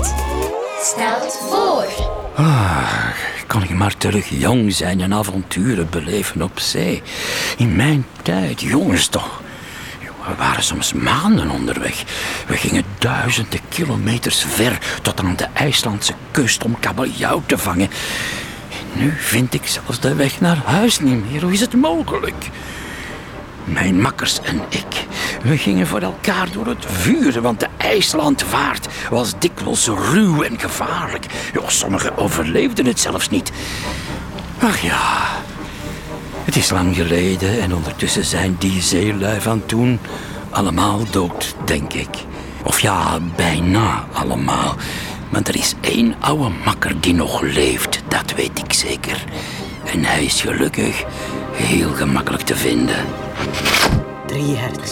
Jeugd stelt voor. Kon ik maar terug jong zijn en avonturen beleven op zee. In mijn tijd, jongens toch. We waren soms maanden onderweg. We gingen duizenden kilometers ver tot aan de IJslandse kust om kabeljauw te vangen. Nu vind ik zelfs de weg naar huis niet meer. Hoe is het mogelijk? Mijn makkers en ik, we gingen voor elkaar door het vuur, want de IJslandvaart was dikwijls ruw en gevaarlijk. Ja, sommigen overleefden het zelfs niet. Ach ja, het is lang geleden en ondertussen zijn die zeelui van toen allemaal dood, denk ik. Of ja, bijna allemaal. Maar er is één oude makker die nog leeft, dat weet ik zeker. En hij is gelukkig heel gemakkelijk te vinden. 3 hertz.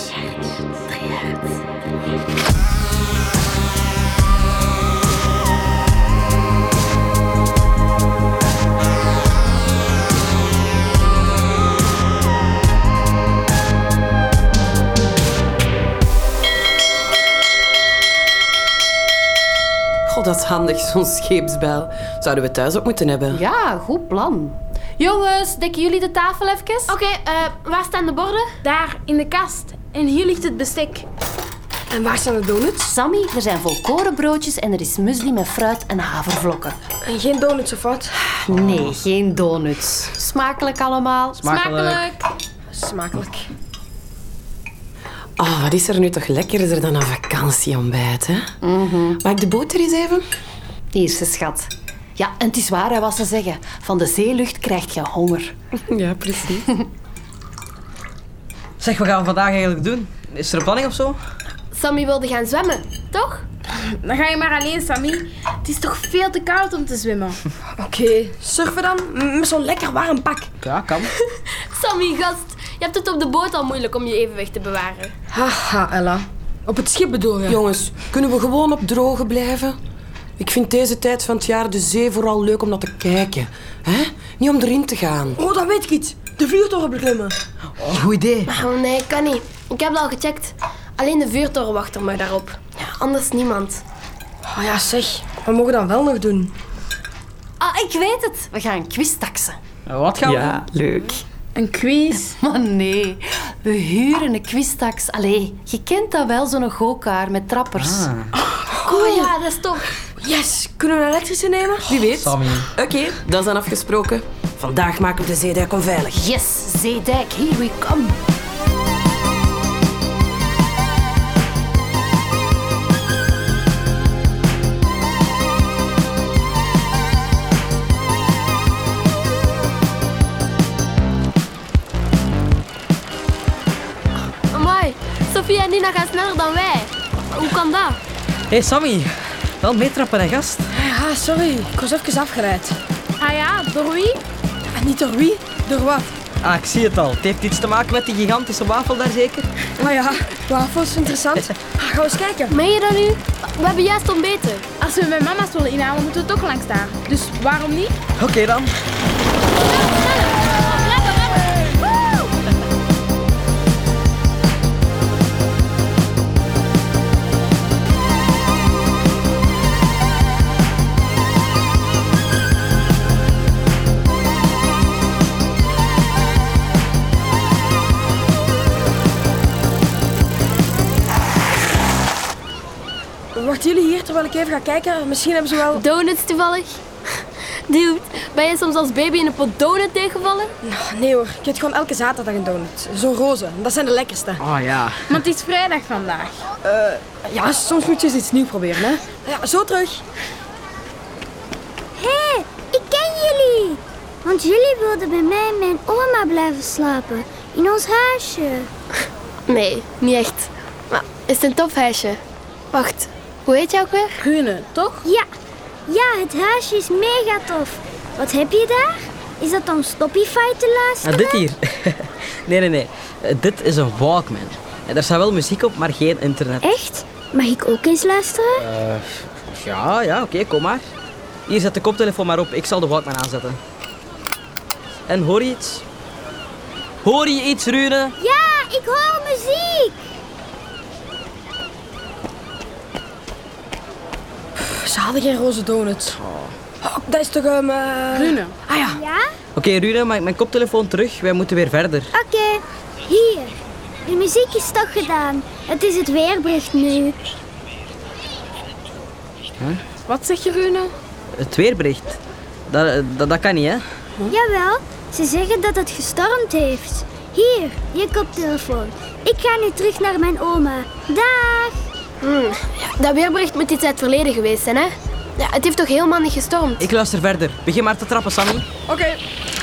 God, dat is handig, zo'n scheepsbel. Zouden we thuis ook moeten hebben? Ja, goed plan. Jongens, dekken jullie de tafel even? Oké, waar staan de borden? Daar, in de kast. En hier ligt het bestek. En waar staan de donuts? Sammy, er zijn volkorenbroodjes en er is muesli met fruit en havervlokken. En geen donuts of wat? Nee, geen donuts. Smakelijk allemaal. Smakelijk. Oh, wat is er nu toch lekkerder dan een vakantieontbijt, hè? Mag ik de boter eens even? Eerste schat. Ja, en het is waar, hè, wat ze zeggen. Van de zeelucht krijg je honger. Ja, precies. Zeg, wat gaan we vandaag eigenlijk doen? Is er een planning of zo? Sammy wilde gaan zwemmen, toch? Dan ga je maar alleen, Sammy. Het is toch veel te koud om te zwemmen. Oké, surfen dan? Met zo'n lekker warm pak. Ja, kan. Sammy, gast. Je hebt het op de boot al moeilijk om je evenwicht te bewaren. Haha, Ella. Op het schip bedoel je? Jongens, kunnen we gewoon op droge blijven? Ik vind deze tijd van het jaar de zee vooral leuk om naar te kijken. Hè? Niet om erin te gaan. Oh, dan weet ik iets. De vuurtoren beklimmen. Oh, goed idee. Oh, nee, kan niet. Ik heb het al gecheckt. Alleen de vuurtoren wacht er maar daarop. Ja, anders niemand. Oh ja, zeg. We mogen dat wel nog doen. Ah, ik weet het. We gaan quiztaxen. Wat gaan we doen? Ja, leuk. Een quiz? Maar nee, we huren een quiztax. Allee, je kent dat wel, zo'n go-kart met trappers. Cool. Oh ja, dat is tof. Yes, kunnen we een elektrische nemen? Wie weet. Sammy. Oké, dat is dan afgesproken. Vandaag maken we de zeedijk onveilig. Yes, zeedijk, here we come. Amai, Sophie en Nina gaan sneller dan wij. Hoe kan dat? Hé, Sammy. Wel meetrappen, hè, gast? Ja, sorry. Ik was even afgeleid. Ah ja, door wie? Niet door wie, door wat? Ah, ik zie het al. Het heeft iets te maken met die gigantische wafel daar zeker? Maar ja, wafels, interessant. Gaan we eens kijken. Meen je dat nu? We hebben juist ontbeten. Als we met mama's willen inhalen, moeten we toch langs daar. Dus waarom niet? Oké dan. Wachten jullie hier terwijl ik even ga kijken? Misschien hebben ze wel... Donuts toevallig? Dude, ben je soms als baby in een pot donut tegengevallen? Nee hoor, ik eet gewoon elke zaterdag een donut. Zo'n roze, dat zijn de lekkerste. Oh ja. Maar het is vrijdag vandaag. Ja, soms moet je eens iets nieuws proberen, hè. Ja, zo terug. Hé, ik ken jullie. Want jullie wilden bij mij en mijn oma blijven slapen. In ons huisje. Nee, niet echt. Maar is het een tof huisje? Wacht, hoe heet jij ook weer? Rune, toch? Ja, het huisje is mega tof. Wat heb je daar? Is dat dan Stoppify te luisteren? Dit hier. Nee. Dit is een Walkman. En daar staat wel muziek op, maar geen internet. Echt? Mag ik ook eens luisteren? Ja, oké, kom maar. Hier, zet de koptelefoon maar op. Ik zal de Walkman aanzetten. En hoor je iets? Hoor je iets, Rune? Ja, ik hoor muziek. Ze hadden geen roze donuts. Oh, dat is toch Rune. Ah ja. Ja? Oké, Rune, maak mijn koptelefoon terug. Wij moeten weer verder. Oké. Hier. De muziek is toch gedaan. Het is het weerbericht nu. Wat zeg je, Rune? Het weerbericht. Dat kan niet, hè? Jawel. Ze zeggen dat het gestormd heeft. Hier, je koptelefoon. Ik ga nu terug naar mijn oma. Dag. Dat weerbericht moet iets uit het verleden geweest zijn, hè? Ja, het heeft toch helemaal niet gestormd? Ik luister verder. Begin maar te trappen, Sammy. Oké.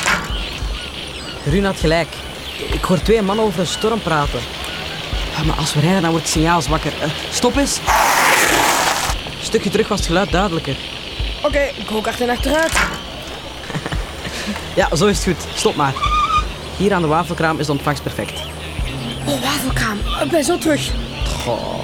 Rune had gelijk. Ik hoor 2 mannen over een storm praten. Maar als we rijden, dan wordt het signaal zwakker. Stop eens. Een stukje terug was het geluid duidelijker. Oké, go-kart en achteruit. Ja, zo is het goed. Stop maar. Hier aan de wafelkraam is de ontvangst perfect. Oh, wafelkraam. Ik ben zo terug. Goh.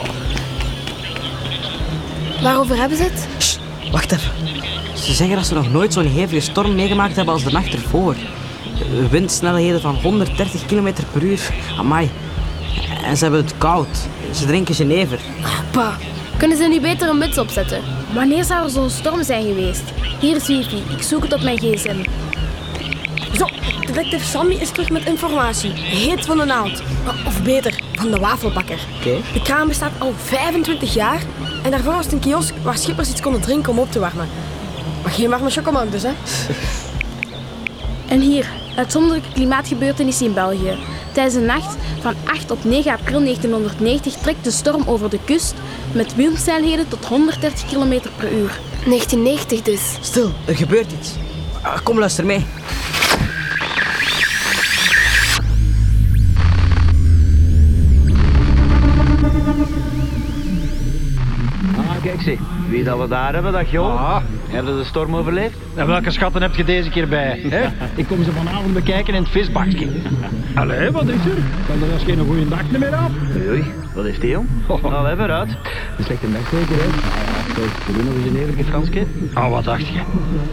Waarover hebben ze het? Sst, wacht even. Ze zeggen dat ze nog nooit zo'n hevige storm meegemaakt hebben als de nacht ervoor. Windsnelheden van 130 km per uur. Amai. En ze hebben het koud. Ze drinken jenever. Pa, kunnen ze niet beter een muts opzetten? Wanneer zou er zo'n storm zijn geweest? Hier is wifi. Ik zoek het op mijn gsm. Zo, detective Sammy is terug met informatie. Heet van de naald. Of beter, van de wafelbakker. Oké. De kraam bestaat al 25 jaar. En daarvoor was het een kiosk waar schippers iets konden drinken om op te warmen. Maar geen warme chocomelk dus, hè? En hier, uitzonderlijke klimaatgebeurtenissen in België. Tijdens de nacht van 8 op 9 april 1990 trekt de storm over de kust met windsnelheden tot 130 km per uur. 1990 dus. Stil, er gebeurt iets. Kom, luister mee. Kijk zie, wie dat we daar hebben, dat joh. Ah. Hebben ze de storm overleefd? En welke schatten heb je deze keer bij? Hè? Ik kom ze vanavond bekijken in het visbakje. Allee, wat is er? Kan er dus geen goede dag meer af? Oei, wat is die jong? Allee, vooruit. Een slechte dag zeker, hè? We doen nog eens een eerlijke Franske. Ah, wat dacht je?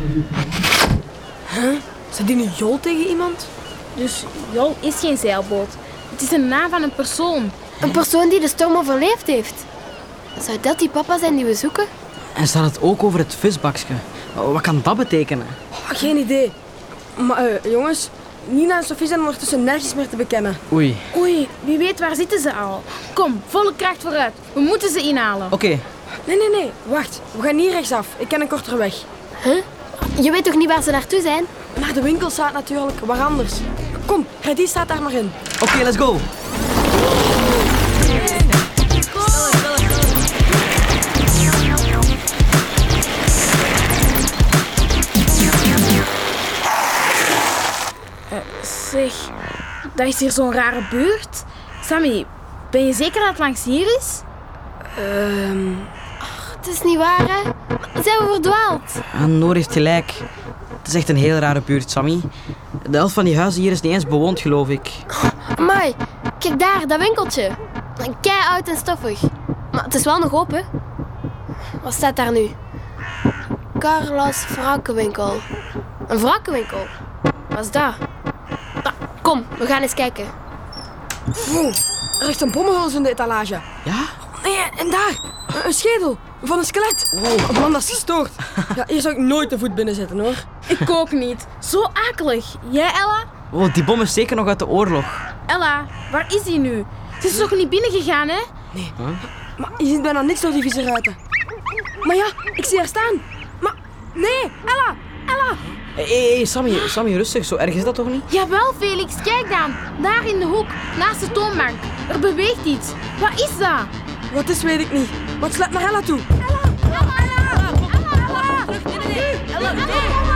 Huh? Zijn die nu jol tegen iemand? Dus jol is geen zeilboot. Het is een naam van een persoon. Een persoon die de storm overleefd heeft. Zou dat die papa zijn die we zoeken? En staat het ook over het visbakje? Wat kan dat betekenen? Geen idee. Maar jongens, Nina en Sophie zijn ondertussen nergens meer te bekennen. Oei. Oei, wie weet waar zitten ze al. Kom, volle kracht vooruit. We moeten ze inhalen. Oké. Nee. Wacht. We gaan hier rechtsaf. Ik ken een kortere weg. Huh? Je weet toch niet waar ze naartoe zijn? Naar de winkelstraat natuurlijk. Waar anders? Kom, rijd die straat daar maar in. Oké, let's go. Zeg, dat is hier zo'n rare buurt. Sammy, ben je zeker dat het langs hier is? Het is niet waar, hè? Zijn we verdwaald? Noor heeft gelijk. Het is echt een heel rare buurt, Sammy. De helft van die huizen hier is niet eens bewoond, geloof ik. Amai, kijk daar, dat winkeltje. Kei oud en stoffig. Maar het is wel nog open. Wat staat daar nu? Carlos Wrakkenwinkel. Een wrakkenwinkel? Wat is dat? Nou, kom, we gaan eens kijken. Er ligt een bommenhuls in de etalage. Ja? Nee, en daar, een schedel van een skelet. Wow. Man, dat is gestoord. Ja, hier zou ik nooit de voet binnen zetten, hoor. Ik ook niet. Zo akelig. Jij, Ella? Oh, die bom is zeker nog uit de oorlog. Ella, waar is die nu? Ze is toch niet binnen gegaan, hè? Nee. Huh? Maar je ziet bijna niks door die vieze ruiten. Maar ja, ik zie haar staan. Maar, nee, Ella! Hé, Sammy, rustig. Zo erg is dat toch niet? Jawel, Felix, kijk dan. Daar in de hoek, naast de toonbank. Er beweegt iets. Wat is dat? Wat is, weet ik niet. Wat slaat naar Ella toe? Ella!